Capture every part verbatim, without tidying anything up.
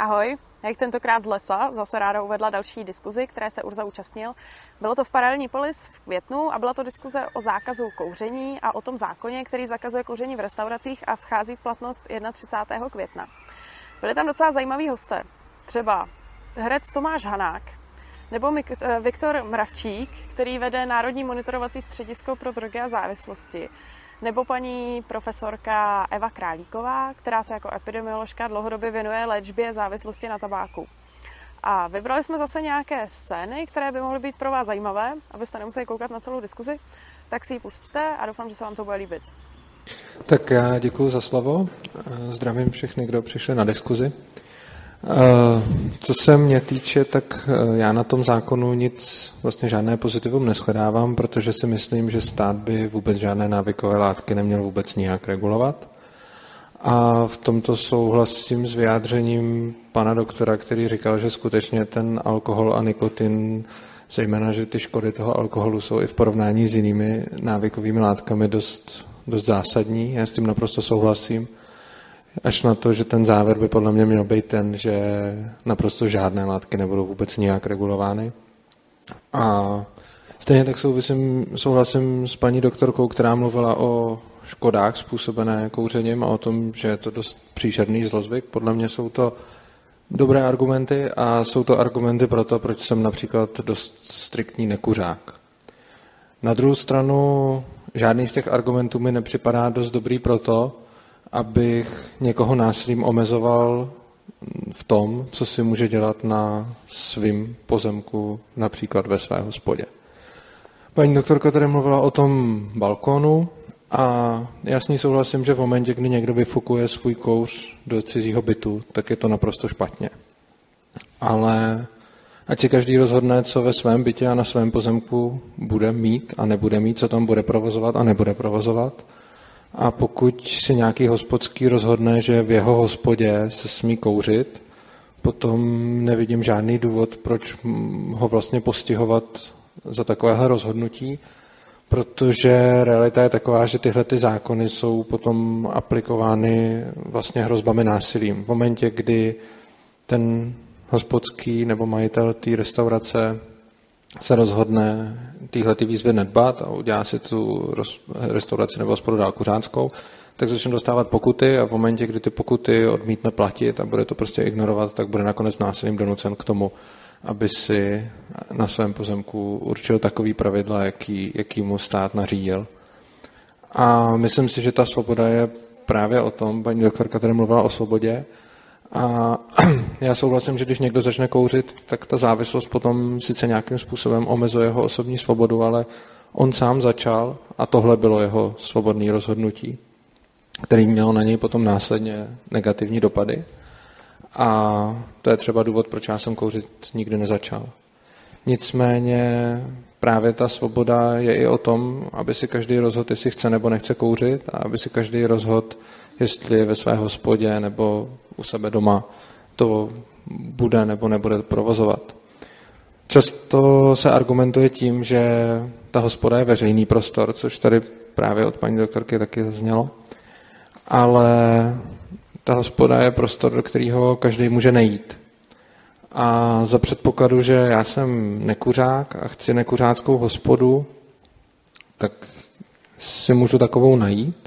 Ahoj, jak tentokrát z lesa, zase ráda uvedla další diskuzi, které se Urza účastnil. Bylo to v Paralelní polis v květnu a byla to diskuze o zákazu kouření a o tom zákoně, který zakazuje kouření v restauracích a vchází v platnost třicátého prvního května. Byli tam docela zajímaví hosté, třeba herec Tomáš Hanák, nebo Viktor Mravčík, který vede Národní monitorovací středisko pro drogy a závislosti, nebo paní profesorka Eva Králíková, která se jako epidemioložka dlouhodobě věnuje léčbě závislosti na tabáku. A vybrali jsme zase nějaké scény, které by mohly být pro vás zajímavé, abyste nemuseli koukat na celou diskuzi, tak si ji pustíte a doufám, že se vám to bude líbit. Tak já děkuji za slovo. Zdravím všechny, kdo přišli na diskuzi. Co se mě týče, tak já na tom zákonu nic, vlastně žádné pozitivum neshledávám, protože si myslím, že stát by vůbec žádné návykové látky neměl vůbec nijak regulovat. A v tomto souhlasím s vyjádřením pana doktora, který říkal, že skutečně ten alkohol a nikotin, zejména, že ty škody toho alkoholu jsou i v porovnání s jinými návykovými látkami dost, dost zásadní. Já s tím naprosto souhlasím. Až na to, že ten závěr by podle mě měl být ten, že naprosto žádné látky nebudou vůbec nijak regulovány. A stejně tak souvisím, souhlasím s paní doktorkou, která mluvila o škodách způsobené kouřením a o tom, že je to dost příšerný zlozvyk. Podle mě jsou to dobré argumenty a jsou to argumenty pro to, proč jsem například dost striktní nekuřák. Na druhou stranu žádný z těch argumentů mi nepřipadá dost dobrý proto, abych někoho násilím omezoval v tom, co si může dělat na svým pozemku, například ve své hospodě. Paní doktorka tady mluvila o tom balkónu a já s ní souhlasím, že v momentě, kdy někdo vyfukuje svůj kouř do cizího bytu, tak je to naprosto špatně. Ale ať si každý rozhodne, co ve svém bytě a na svém pozemku bude mít a nebude mít, co tam bude provozovat a nebude provozovat. A pokud si nějaký hospodský rozhodne, že v jeho hospodě se smí kouřit, potom nevidím žádný důvod, proč ho vlastně postihovat za takovéhle rozhodnutí, protože realita je taková, že tyhle ty zákony jsou potom aplikovány vlastně hrozbami násilím. V momentě, kdy ten hospodský nebo majitel té restaurace se rozhodne tyhle ty výzvy nedbat a udělá si tu restauraci nebo hospodu dál kuřáckou, tak začne dostávat pokuty a v momentě, kdy ty pokuty odmítne platit a bude to prostě ignorovat, tak bude nakonec násilím donucen k tomu, aby si na svém pozemku určil takový pravidla, jaký, jaký mu stát nařídil. A myslím si, že ta svoboda je právě o tom, paní doktorka tady mluvila o svobodě, a já souhlasím, že když někdo začne kouřit, tak ta závislost potom sice nějakým způsobem omezuje jeho osobní svobodu, ale on sám začal a tohle bylo jeho svobodné rozhodnutí, který mělo na něj potom následně negativní dopady. A to je třeba důvod, proč já jsem kouřit nikdy nezačal. Nicméně právě ta svoboda je i o tom, aby si každý rozhodl, jestli chce nebo nechce kouřit a aby si každý rozhodl, jestli ve své hospodě nebo u sebe doma to bude nebo nebude provozovat. Často se argumentuje tím, že ta hospoda je veřejný prostor, což tady právě od paní doktorky taky zaznělo, ale ta hospoda je prostor, do kterého každý může nejít. A za předpokladu, že já jsem nekuřák a chci nekuřáckou hospodu, tak si můžu takovou najít.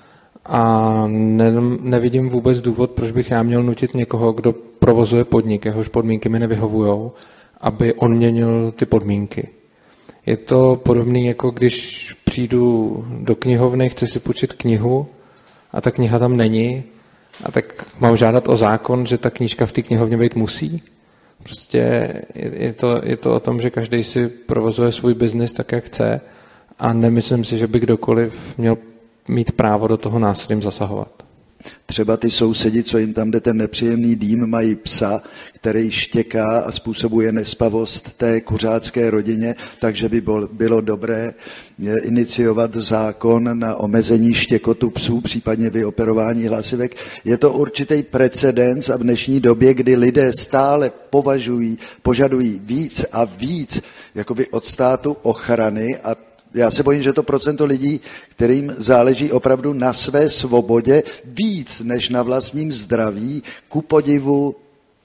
A ne, nevidím vůbec důvod, proč bych já měl nutit někoho, kdo provozuje podnik, jehož podmínky mi nevyhovujou, aby on měnil ty podmínky. Je to podobné, jako když přijdu do knihovny, chci si půjčit knihu a ta kniha tam není, a tak mám žádat o zákon, že ta knížka v té knihovně být musí. Prostě je, je, to, je to o tom, že každý si provozuje svůj biznis tak, jak chce a nemyslím si, že by kdokoliv měl mít právo do toho násilím zasahovat. Třeba ty sousedi, co jim tam jde ten nepříjemný dým, mají psa, který štěká a způsobuje nespavost té kuřácké rodině, takže by bylo dobré iniciovat zákon na omezení štěkotu psů, případně vyoperování hlasivek. Je to určitý precedens a v dnešní době, kdy lidé stále považují, požadují víc a víc jakoby od státu ochrany a já se bojím, že to procento lidí, kterým záleží opravdu na své svobodě víc než na vlastním zdraví, ku podivu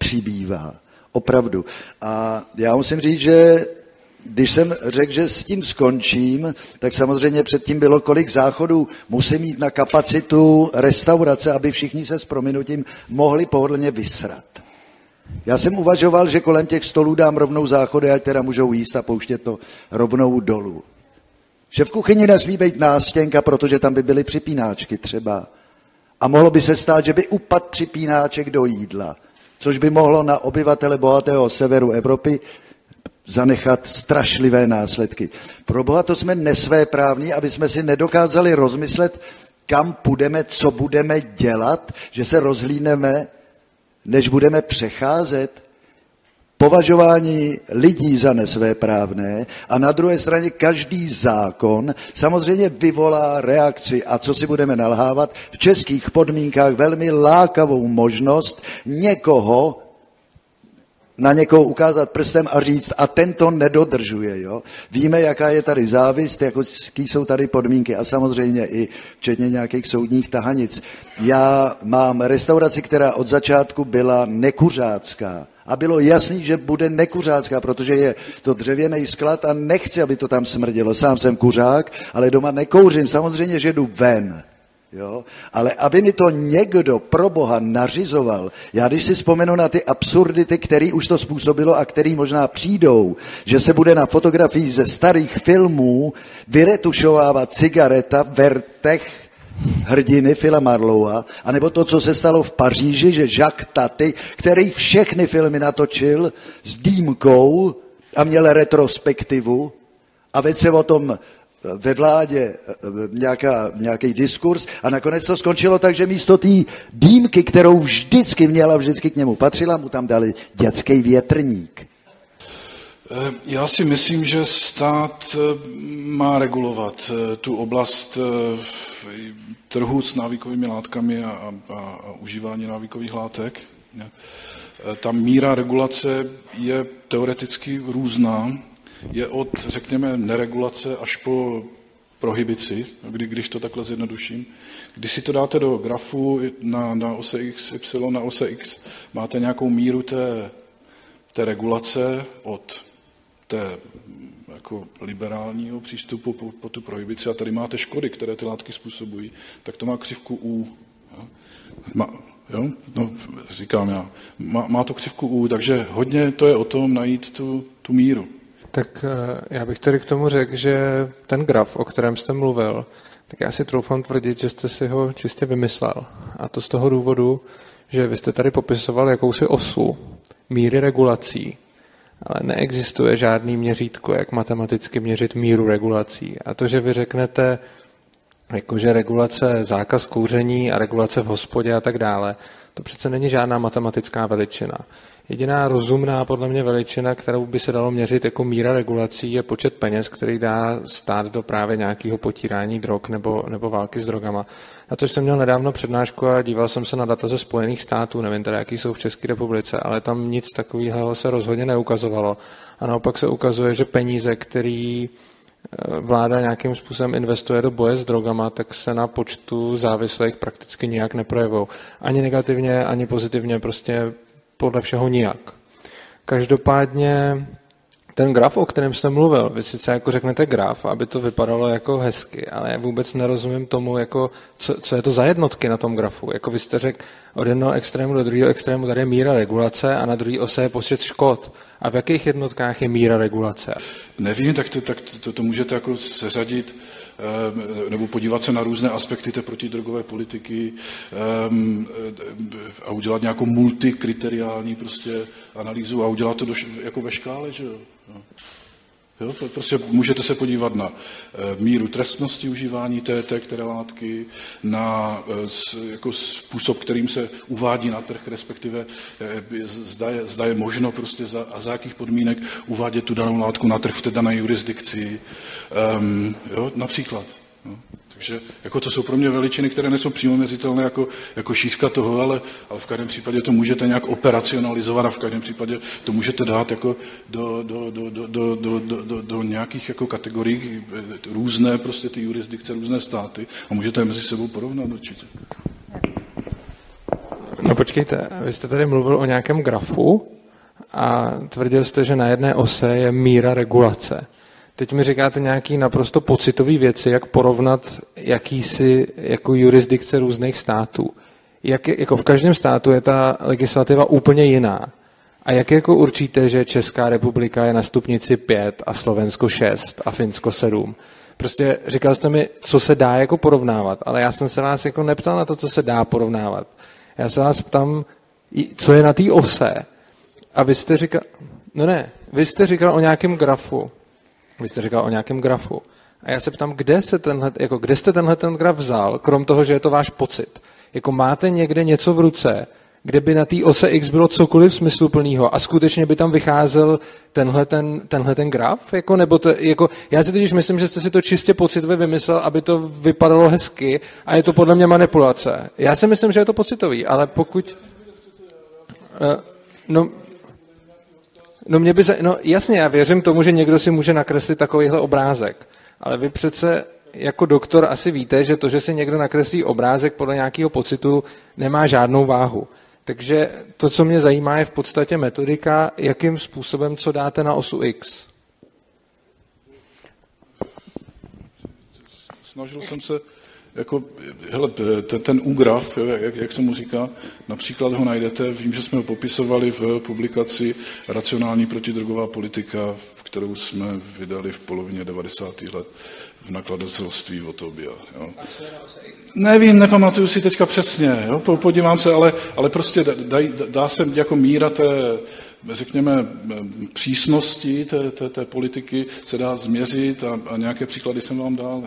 přibývá. Opravdu. A já musím říct, že když jsem řekl, že s tím skončím, tak samozřejmě předtím bylo, kolik záchodů musí mít na kapacitu restaurace, aby všichni se s prominutím mohli pohodlně vysrat. Já jsem uvažoval, že kolem těch stolů dám rovnou záchody, ať teda můžou jíst a pouštět to rovnou dolů. Že v kuchyni nesmí být nástěnka, protože tam by byly připínáčky třeba. A mohlo by se stát, že by upadl připínáček do jídla, což by mohlo na obyvatele bohatého severu Evropy zanechat strašlivé následky. Pro boha to jsme nesvéprávní, aby jsme si nedokázali rozmyslet, kam půjdeme, co budeme dělat, že se rozhlídneme, než budeme přecházet. Považování lidí za nesvéprávné a na druhé straně každý zákon samozřejmě vyvolá reakci a co si budeme nalhávat, v českých podmínkách velmi lákavou možnost někoho na někoho ukázat prstem a říct, a ten to nedodržuje. Jo? Víme, jaká je tady závist, jaký jsou tady podmínky a samozřejmě i včetně nějakých soudních tahanic. Já mám restauraci, která od začátku byla nekuřácká. A bylo jasný, že bude nekuřácká, protože je to dřevěný sklad a nechci, aby to tam smrdělo. Sám jsem kuřák, ale doma nekouřím. Samozřejmě, že jdu ven. Jo? Ale aby mi to někdo pro boha nařizoval, já když si vzpomenu na ty absurdity, které už to způsobilo a které možná přijdou, že se bude na fotografii ze starých filmů vyretušovávat cigareta v rtech hrdiny Phila Marlowa, anebo to, co se stalo v Paříži, že Jacques Tati, který všechny filmy natočil s dýmkou a měl retrospektivu a vedl se o tom ve vládě nějaká, nějaký diskurs a nakonec to skončilo tak, že místo té dýmky, kterou vždycky měla, vždycky k němu patřila, mu tam dali dětský větrník. Já si myslím, že stát má regulovat tu oblast trhu s návykovými látkami a, a, a užívání návykových látek. Ta míra regulace je teoreticky různá. Je od, řekněme, neregulace až po prohibici, kdy, když to takhle zjednoduším. Když si to dáte do grafu na, na ose X, Y, na ose X, máte nějakou míru té, té regulace od té jako liberálního přístupu po, po tu prohibici a tady máte škody, které ty látky způsobují, tak to má křivku U. Jo? Má, jo? No, říkám já. Má, má to křivku U, takže hodně to je o tom najít tu, tu míru. Tak já bych tedy k tomu řekl, že ten graf, o kterém jste mluvil, tak já si troufám tvrdit, že jste si ho čistě vymyslel. A to z toho důvodu, že vy jste tady popisoval jakousi osu míry regulací, ale neexistuje žádný měřítko, jak matematicky měřit míru regulací. A to, že vy řeknete, jakože regulace, zákaz kouření a regulace v hospodě a tak dále, to přece není žádná matematická veličina. Jediná rozumná podle mě veličina, kterou by se dalo měřit jako míra regulací, je počet peněz, který dá stát do právě nějakého potírání drog nebo, nebo války s drogama. Na to jsem měl nedávno přednášku a díval jsem se na data ze Spojených států, nevím teda, jaký jsou v České republice, ale tam nic takového se rozhodně neukazovalo. A naopak se ukazuje, že peníze, který vláda nějakým způsobem investuje do boje s drogama, tak se na počtu závislých prakticky nijak neprojevou. Ani negativně, ani pozitivně, prostě podle všeho nijak. Každopádně ten graf, o kterém jste mluvil, vy sice jako řeknete graf, aby to vypadalo jako hezky, ale já vůbec nerozumím tomu, jako, co, co je to za jednotky na tom grafu. Jako vy jste řekl, od jednoho extrému do druhého extrému tady je míra regulace a na druhé ose je počet škod. A v jakých jednotkách je míra regulace? Nevím, tak to, tak to, to můžete jako seřadit nebo podívat se na různé aspekty té protidrogové politiky a udělat nějakou multikriteriální prostě analýzu a udělat to do, jako ve škále, že jo. Jo, prostě můžete se podívat na míru trestnosti užívání té, té které látky, na jako způsob, kterým se uvádí na trh, respektive zda je, zda je možno prostě za, a za jakých podmínek uvádět tu danou látku na trh v té dané jurisdikci, um, jo, například. Jo. Takže jako to jsou pro mě veličiny, které nejsou přímo měřitelné jako, jako šířka toho, ale, ale v každém případě to můžete nějak operacionalizovat a v každém případě to můžete dát jako do, do, do, do, do, do, do, do, do nějakých jako kategorií, různé prostě ty jurisdikce, různé státy a můžete je mezi sebou porovnat určitě. No, No počkejte, vy jste tady mluvil o nějakém grafu a tvrdil jste, že na jedné ose je míra regulace. Teď mi říkáte nějaký naprosto pocitový věci, jak porovnat jakýsi jako jurisdikce různých států. Jak je, jako v každém státu je ta legislativa úplně jiná. A jak jako určíte, že Česká republika je na stupnici pět a Slovensko šest a Finsko sedm? Prostě říkal jste mi, co se dá jako porovnávat, ale já jsem se vás jako neptal na to, co se dá porovnávat. Já se vás ptám, co je na té ose. A vy jste říkal, no ne, vy jste říkal o nějakém grafu. Vy jste říkal o nějakém grafu. A já se ptám, kde, se tenhle, jako, kde jste tenhle ten graf vzal, krom toho, že je to váš pocit. Jako máte někde něco v ruce, kde by na té ose X bylo cokoliv smysluplného a skutečně by tam vycházel tenhle ten, tenhle ten graf? Jako, nebo to, jako, já si totiž myslím, že jste si to čistě pocitově vymyslel, aby to vypadalo hezky a je to podle mě manipulace. Já si myslím, že je to pocitový, ale pokud... Uh, no, no, mě by se, no jasně, já věřím tomu, že někdo si může nakreslit takovýhle obrázek, ale vy přece jako doktor asi víte, že to, že si někdo nakreslí obrázek podle nějakého pocitu, nemá žádnou váhu. Takže to, co mě zajímá, je v podstatě metodika, jakým způsobem, co dáte na osu X. Snažil jsem se, jako, hele, ten, ten úgraf, jo, jak, jak se mu říká, například ho najdete, vím, že jsme ho popisovali v publikaci Racionální protidrogová politika, kterou jsme vydali v polovině devadesátých let v nakladatelství Otobia. Jo. Nevím, nepamatuju si teďka přesně, jo, podívám se, ale, ale prostě dá, dá se jako míra té, řekněme, přísnosti té, té, té politiky se dá změřit a, a nějaké příklady jsem vám dal.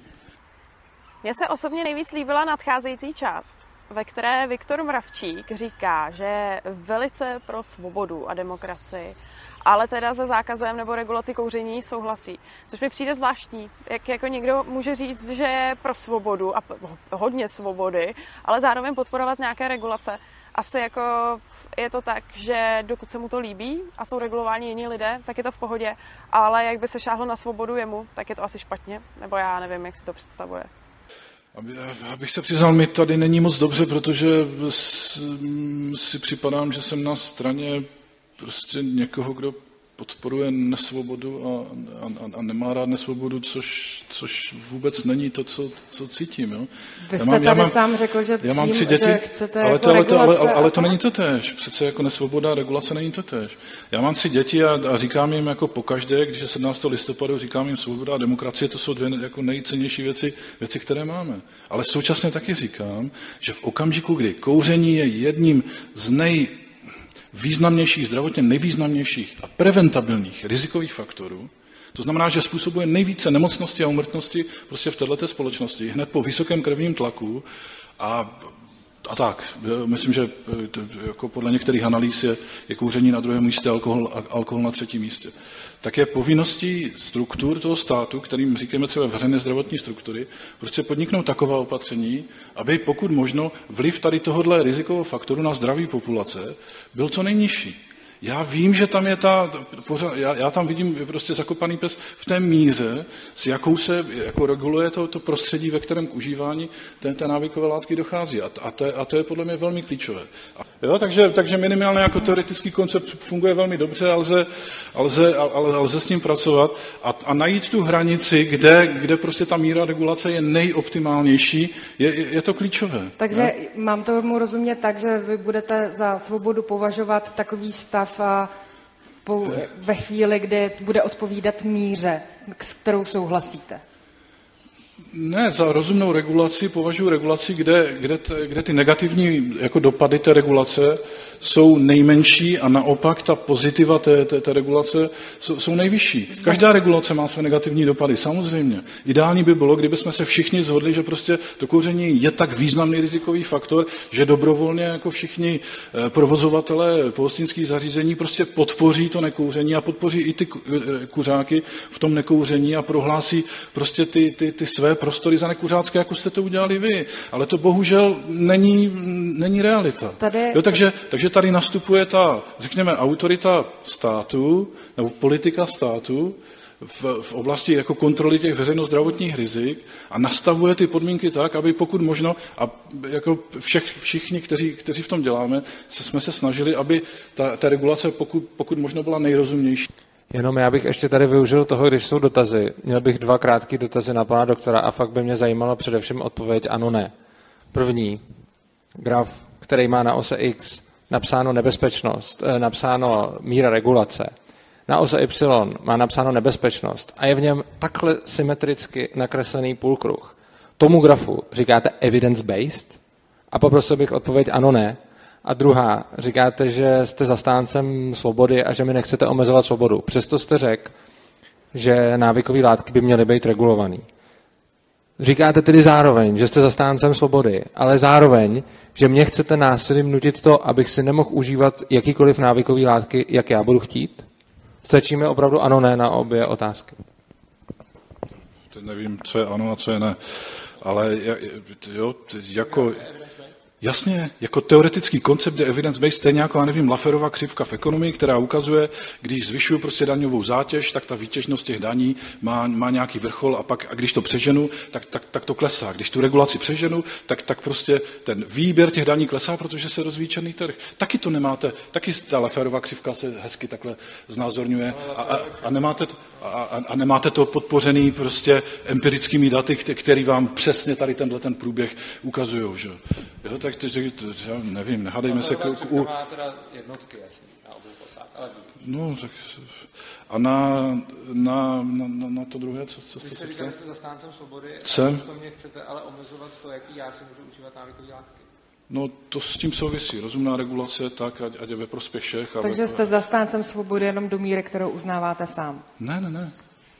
Mně se osobně nejvíc líbila nadcházející část, ve které Viktor Mravčík říká, že je velice pro svobodu a demokracii, ale teda se zákazem nebo regulací kouření souhlasí. Což mi přijde zvláštní, jak jako někdo může říct, že je pro svobodu a hodně svobody, ale zároveň podporovat nějaké regulace. Asi jako je to tak, že dokud se mu to líbí a jsou regulováni jiní lidé, tak je to v pohodě, ale jak by se šáhlo na svobodu jemu, tak je to asi špatně, nebo já nevím, jak si to představuje. Abych se přiznal, mi tady není moc dobře, protože si připadám, že jsem na straně prostě někoho, kdo podporuje nesvobodu a, a, a nemá rád nesvobodu, což, což vůbec není to, co, co cítím. Jo. Vy jste tady mám, sám řekl, že, já mám přím, tři děti, že chcete ale jako to, ale, to, ale, ale, ale to a... není to též. Přece jako nesvoboda a regulace není to též. Já mám tři děti a, a říkám jim jako pokaždé, když je sedmnáctého listopadu, říkám jim svoboda a demokracie, to jsou dvě jako nejcennější věci, věci, které máme. Ale současně taky říkám, že v okamžiku, kdy kouření je jedním z nej významnějších, zdravotně nejvýznamnějších a preventabilních rizikových faktorů. To znamená, že způsobuje nejvíce nemocnosti a úmrtnosti prostě v této společnosti, hned po vysokém krevním tlaku a, a tak. Myslím, že jako podle některých analýz je, je kouření na druhém místě, alkohol, alkohol na třetím místě. Tak je povinností struktur toho státu, kterým říkáme třeba veřejné zdravotní struktury, prostě podniknout taková opatření, aby pokud možno vliv tady tohohle rizikového faktoru na zdraví populace byl co nejnižší. Já vím, že tam je ta, pořád, já, já tam vidím prostě zakopaný pes v té míře, s jakou se jako reguluje to, to prostředí, ve kterém k užívání té, té návykové látky dochází. A, a, to, a to je podle mě velmi klíčové. A, jo, takže, takže minimálně jako teoretický koncept funguje velmi dobře a lze, a lze, a, a lze s tím pracovat a, a najít tu hranici, kde, kde prostě ta míra regulace je nejoptimálnější, je, je to klíčové. Takže ne? mám tomu rozumět tak, že vy budete za svobodu považovat takový stav a po, ve chvíli, kdy bude odpovídat míře, s kterou souhlasíte? Ne, za rozumnou regulaci považuji regulaci, kde, kde, t, kde ty negativní jako dopady té regulace jsou nejmenší a naopak ta pozitiva té, té, té regulace jsou, jsou nejvyšší. Každá regulace má své negativní dopady, samozřejmě. Ideální by bylo, kdyby jsme se všichni shodli, že prostě to kouření je tak významný rizikový faktor, že dobrovolně jako všichni provozovatelé pohostinských zařízení prostě podpoří to nekouření a podpoří i ty kuřáky v tom nekouření a prohlásí prostě ty, ty, ty své prostory za nekuřácké, jako jste to udělali vy. Ale to bohužel není, není realita. Tady... Jo, takže, takže tady nastupuje ta, řekněme, autorita státu, nebo politika státu, v, v oblasti jako kontroly těch veřejnozdravotních rizik a nastavuje ty podmínky tak, aby pokud možno, a jako všech, všichni, kteří, kteří v tom děláme, se, jsme se snažili, aby ta, ta regulace pokud, pokud možno byla nejrozumnější. Jenom já bych ještě tady využil toho, když jsou dotazy. Měl bych dva krátké dotazy na pana doktora a fakt by mě zajímalo především odpověď ano, ne. První, graf, který má na ose X napsáno nebezpečnost, napsáno míra regulace. Na ose Y má napsáno nebezpečnost a je v něm takhle symetricky nakreslený půlkruh. Tomu grafu říkáte evidence-based a poprosil bych odpověď ano, ne. A druhá, říkáte, že jste zastáncem svobody a že mi nechcete omezovat svobodu. Přesto jste řekl, že návykové látky by měly být regulovaný. Říkáte tedy zároveň, že jste zastáncem svobody, ale zároveň, že mě chcete násilím nutit to, abych si nemohl užívat jakýkoliv návykové látky, jak já budu chtít? Stačí mi opravdu ano, ne na obě otázky. Teď nevím, co je ano a co je ne, ale jo, jako... Jasně, jako teoretický koncept je evidence-based, stejně jako, já nevím, Lafferova křivka v ekonomii, která ukazuje, když zvyšuju prostě daňovou zátěž, tak ta výtěžnost těch daní má, má nějaký vrchol a pak, a když to přeženu, tak, tak, tak to klesá. Když tu regulaci přeženu, tak, tak prostě ten výběr těch daní klesá, protože se rozvíjí černý trh. Taky to nemáte, taky ta Lafferova křivka se hezky takhle znázorňuje a, a, a, nemáte, to, a, a nemáte to podpořený prostě empirickými daty, který vám přesně tady tenhle ten průběh ukazujou, že jo, tak to, já nevím, nehádejme se k... U... má teda jednotky, jasný, na obou posách, ale... No, tak... A na, na, na, na to druhé, co, co jste se ptal? Vy jste říkali, že jste zastáncem svobody, Jsem? a to mě chcete ale omezovat to, jaký já si můžu užívat návykové látky. No, to s tím souvisí. Rozumná regulace tak, ať, ať je ve prospěch všech. A Takže ve... jste zastáncem svobody jenom do míry, kterou uznáváte sám. Ne, ne, ne.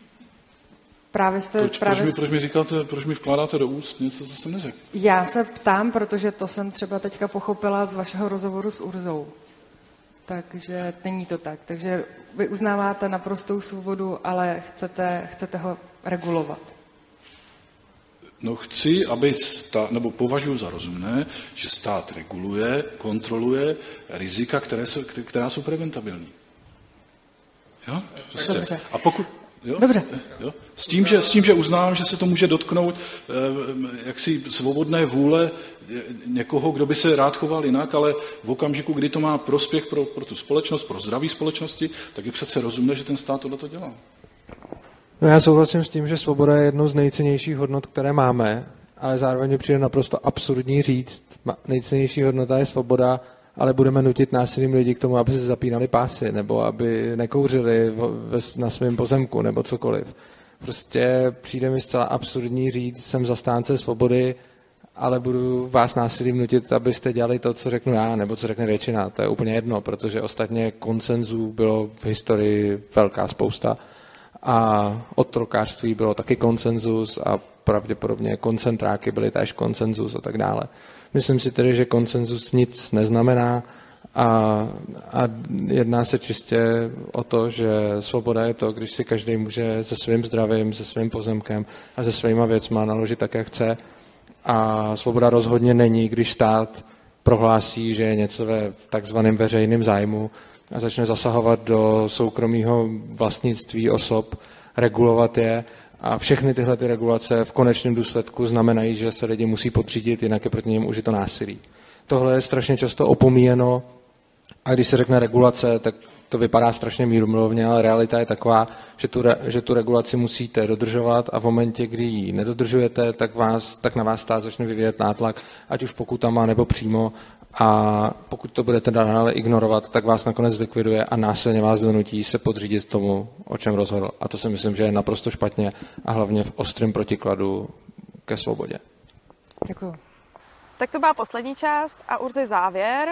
Právě jste, Proč, právě... proč, mi, proč mi říkáte, proč mi vkládáte do úst něco, co jsem neřekl? Já se ptám, protože to jsem třeba teďka pochopila z vašeho rozhovoru s Urzou. Takže není to tak. Takže vy uznáváte naprostou svobodu, ale chcete, chcete ho regulovat. No chci, aby stát, nebo považuji za rozumné, že stát reguluje, kontroluje rizika, které jsou, která jsou preventabilní. Jo? Prostě. Dobře. A pokud... Jo? Dobře. Jo? S tím, že, s tím, že uznávám, že se to může dotknout eh, jaksi svobodné vůle někoho, kdo by se rád choval jinak, ale v okamžiku, kdy to má prospěch pro, pro tu společnost, pro zdraví společnosti, tak je přece rozumné, že ten stát tohleto dělá. No já souhlasím s tím, že svoboda je jednou z nejcennějších hodnot, které máme, ale zároveň mi přijde naprosto absurdní říct, nejcennější hodnota je svoboda, ale budeme nutit násilím lidi k tomu, aby se zapínali pásy, nebo aby nekouřili na svém pozemku, nebo cokoliv. Prostě přijde mi zcela absurdní říct, jsem zastánce svobody, ale budu vás násilím nutit, abyste dělali to, co řeknu já, nebo co řekne většina. To je úplně jedno, protože ostatně konsenzů bylo v historii velká spousta a otrokářství bylo taky konsenzus a pravděpodobně koncentráky byly též konsenzus a tak dále. Myslím si tedy, že konsenzus nic neznamená a, a jedná se čistě o to, že svoboda je to, když si každý může se svým zdravím, se svým pozemkem a se svýma věcma naložit tak, jak chce. A svoboda rozhodně není, když stát prohlásí, že je něco ve takzvaném veřejném zájmu a začne zasahovat do soukromého vlastnictví osob, regulovat je. A všechny tyhle ty regulace v konečném důsledku znamenají, že se lidi musí podřídit, jinak je proti něm užito násilí. Tohle je strašně často opomíjeno a když se řekne regulace, tak to vypadá strašně mírumilovně, ale realita je taková, že tu, že tu regulaci musíte dodržovat a v momentě, kdy ji nedodržujete, tak, vás, tak na vás stát začne vyvíjet nátlak, ať už pokutama nebo přímo. A pokud to budete dále ignorovat, tak vás nakonec likviduje a násilně vás donutí se podřídit tomu, o čem rozhodl. A to si myslím, že je naprosto špatně a hlavně v ostrém protikladu ke svobodě. Děkuju. Tak to byla poslední část a Urzi závěr.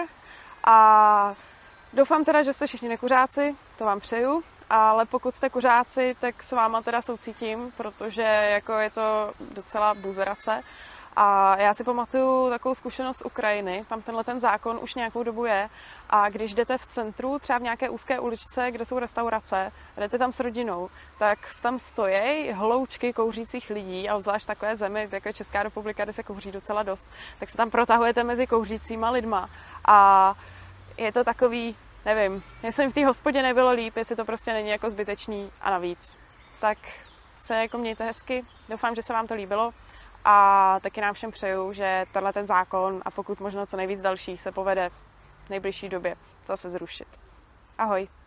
A doufám teda, že jste všichni nekuřáci, to vám přeju. Ale pokud jste kuřáci, tak s váma teda soucítím, protože jako je to docela buzerace. A já si pamatuju takovou zkušenost z Ukrajiny, tam tenhle ten zákon už nějakou dobu je a když jdete v centru, třeba v nějaké úzké uličce, kde jsou restaurace, jdete tam s rodinou, tak tam stojí hloučky kouřících lidí a zvlášť v takové zemi, jako je Česká republika, kde se kouří docela dost, tak se tam protahujete mezi kouřícíma lidma a je to takový, nevím, jestli mi v té hospodě nebylo líp, jestli to prostě není jako zbytečný a navíc. tak se jako mějte hezky. Doufám, že se vám to líbilo a taky nám všem přeju, že tenhle ten zákon a pokud možno co nejvíc dalších se povede v nejbližší době zase zrušit. Ahoj.